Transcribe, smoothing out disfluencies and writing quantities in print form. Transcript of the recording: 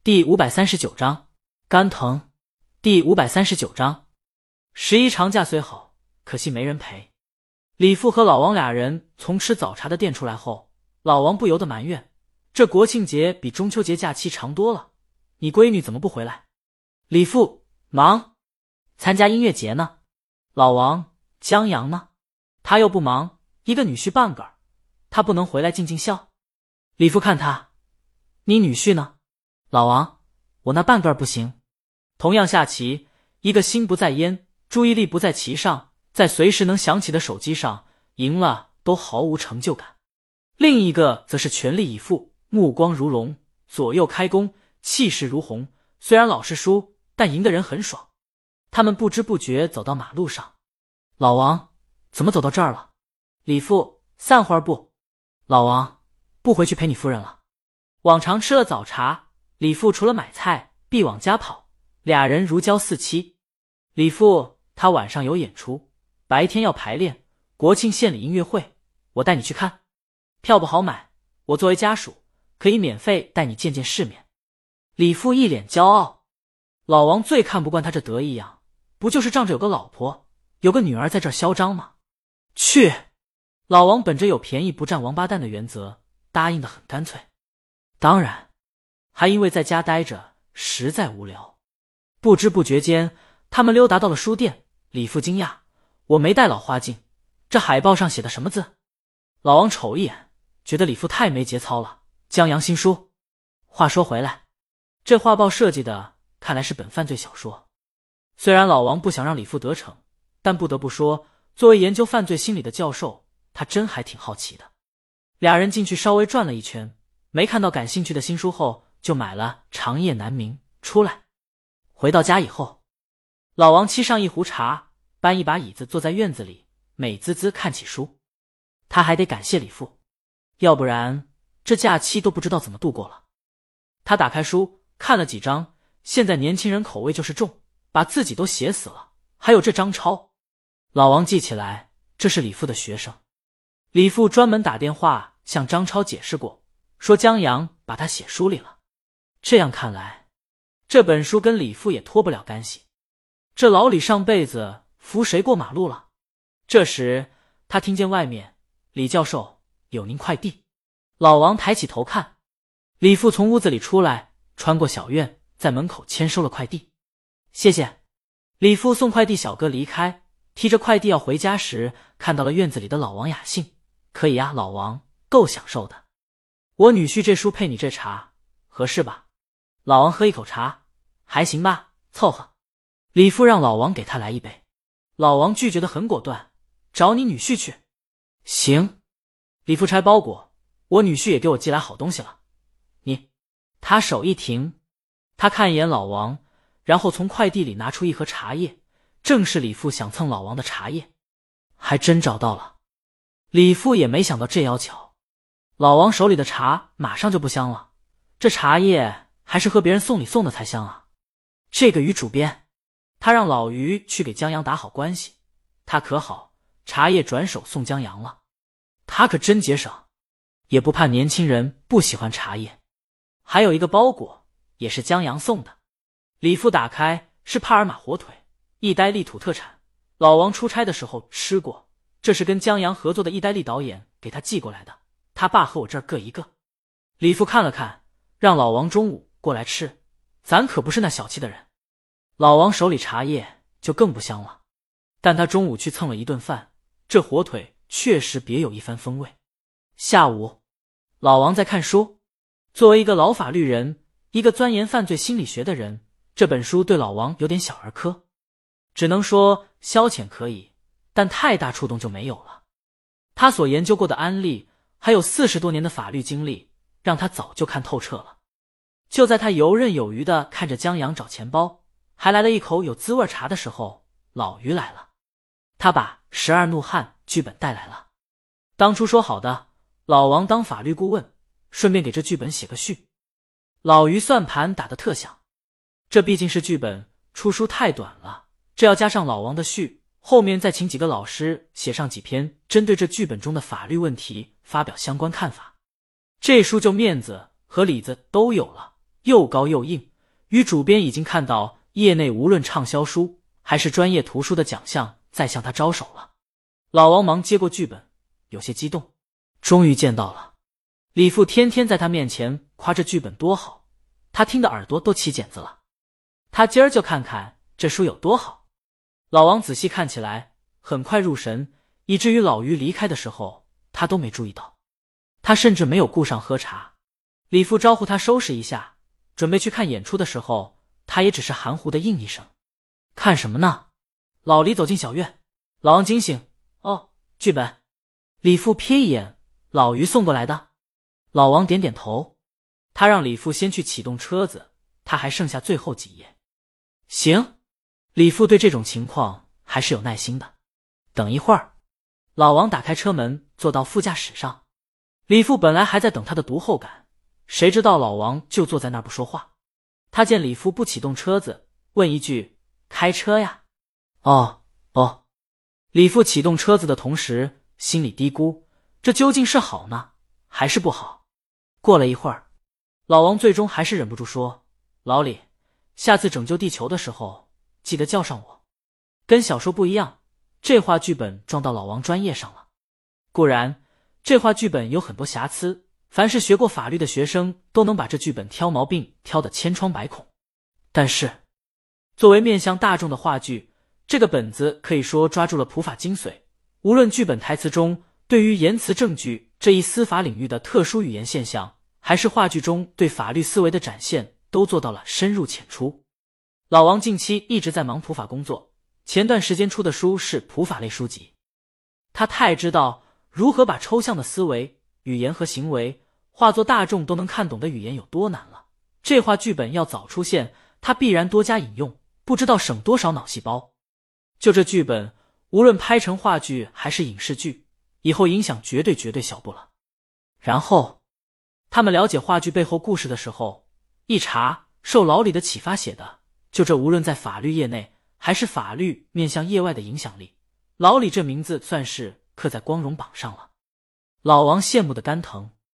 第539章肝疼。第539章11长假虽好，可惜没人陪。李父和老王俩人从吃早茶的店出来后，老王不由得埋怨，这国庆节比中秋节假期长多了，你闺女怎么不回来？李父：忙，参加音乐节呢。老王：江阳呢？他又不忙，一个女婿半个，他不能回来尽尽孝？李父看他：你女婿呢？老王：我那半个不行。同样下棋，一个心不在焉，注意力不在棋上，在随时能响起的手机上，赢了都毫无成就感。另一个则是全力以赴，目光如龙，左右开弓，气势如虹，虽然老是输，但赢的人很爽。他们不知不觉走到马路上。老王：怎么走到这儿了？李父：散会儿不？老王：不回去陪你夫人了。往常吃了早茶，李父除了买菜必往家跑，俩人如胶似漆。李父：他晚上有演出，白天要排练，国庆献礼音乐会，我带你去看。票不好买，我作为家属可以免费带你见见世面。李父一脸骄傲。老王最看不惯他这得意样，不就是仗着有个老婆有个女儿在这儿嚣张吗？去！老王本着有便宜不占王八蛋的原则，答应得很干脆。当然还因为在家待着实在无聊。不知不觉间他们溜达到了书店。李父惊讶：我没带老花镜，这海报上写的什么字？老王瞅一眼，觉得李父太没节操了。江阳新书。话说回来，这画报设计的看来是本犯罪小说。虽然老王不想让李父得逞，但不得不说，作为研究犯罪心理的教授，他真还挺好奇的。俩人进去稍微转了一圈，没看到感兴趣的新书后，就买了《长夜难明》出来。回到家以后，老王沏上一壶茶，搬一把椅子坐在院子里，美滋滋看起书。他还得感谢李父，要不然这假期都不知道怎么度过了。他打开书看了几章，现在年轻人口味就是重，把自己都写死了，还有这张超。老王记起来，这是李父的学生。李父专门打电话向张超解释过，说江阳把他写书里了。这样看来，这本书跟李父也脱不了干系。这老李上辈子扶谁过马路了？这时他听见外面：李教授，有您快递。老王抬起头看，李父从屋子里出来，穿过小院，在门口签收了快递。谢谢。李父送快递小哥离开，提着快递要回家时，看到了院子里的老王雅兴。可以呀，老王够享受的。我女婿这书配你这茶，合适吧？老王喝一口茶，还行吧，凑合。李父让老王给他来一杯，老王拒绝得很果断，找你女婿去。行。李父拆包裹，我女婿也给我寄来好东西了。你。他手一停，他看一眼老王，然后从快递里拿出一盒茶叶，正是李父想蹭老王的茶叶。还真找到了。李父也没想到这妖巧，老王手里的茶马上就不香了，这茶叶还是和别人送礼送的才香啊。这个于主编，他让老于去给江阳打好关系，他可好，茶叶转手送江阳了。他可真节省，也不怕年轻人不喜欢茶叶。还有一个包裹，也是江阳送的。李父打开，是帕尔马火腿，意大利土特产，老王出差的时候吃过，这是跟江阳合作的意大利导演给他寄过来的，他爸和我这儿各一个。李父看了看，让老王中午过来吃，咱可不是那小气的人。老王手里茶叶就更不香了，但他中午去蹭了一顿饭，这火腿确实别有一番风味。下午，老王在看书。作为一个老法律人，一个钻研犯罪心理学的人，这本书对老王有点小儿科，只能说消遣可以，但太大触动就没有了。他所研究过的案例，还有40多年的法律经历，让他早就看透彻了。就在他游刃有余地看着江阳找钱包，还来了一口有滋味茶的时候，老于来了。他把《12怒汉》剧本带来了。当初说好的，老王当法律顾问，顺便给这剧本写个序。老于算盘打得特响，这毕竟是剧本，出书太短了，这要加上老王的序，后面再请几个老师写上几篇针对这剧本中的法律问题发表相关看法，这书就面子和里子都有了， 又高又硬，与主编已经看到业内无论畅销书还是专业图书的奖项在向他招手了。老王忙接过剧本，有些激动，终于见到了。李父天天在他面前夸这剧本多好，他听得耳朵都起茧子了。他今儿就看看这书有多好。老王仔细看起来，很快入神，以至于老于离开的时候他都没注意到。他甚至没有顾上喝茶。李父招呼他收拾一下，准备去看演出的时候，他也只是含糊地应一声。看什么呢？老李走进小院。老王惊醒，哦，剧本。李父瞥一眼，老于送过来的。老王点点头，他让李父先去启动车子，他还剩下最后几页。行，李父对这种情况还是有耐心的。等一会儿，老王打开车门，坐到副驾驶上。李父本来还在等他的读后感，谁知道老王就坐在那儿不说话。他见李父不启动车子，问一句：开车呀？哦。李父启动车子的同时心里嘀咕，这究竟是好呢还是不好？过了一会儿，老王最终还是忍不住说：老李，下次拯救地球的时候记得叫上我。跟小说不一样，这话剧本撞到老王专业上了。固然这话剧本有很多瑕疵，凡是学过法律的学生都能把这剧本挑毛病挑得千疮百孔，但是作为面向大众的话剧，这个本子可以说抓住了普法精髓。无论剧本台词中对于言辞证据这一司法领域的特殊语言现象，还是话剧中对法律思维的展现，都做到了深入浅出。老王近期一直在忙普法工作，前段时间出的书是普法类书籍。他太知道如何把抽象的思维、语言和行为化作大众都能看懂的语言有多难了。这话剧本要早出现，他必然多加引用，不知道省多少脑细胞。就这剧本，无论拍成话剧还是影视剧，以后影响绝对小不了。然后他们了解话剧背后故事的时候，一查受老李的启发写的，就这无论在法律业内还是法律面向业外的影响力，老李这名字算是刻在光荣榜上了。老王羡慕的肝疼。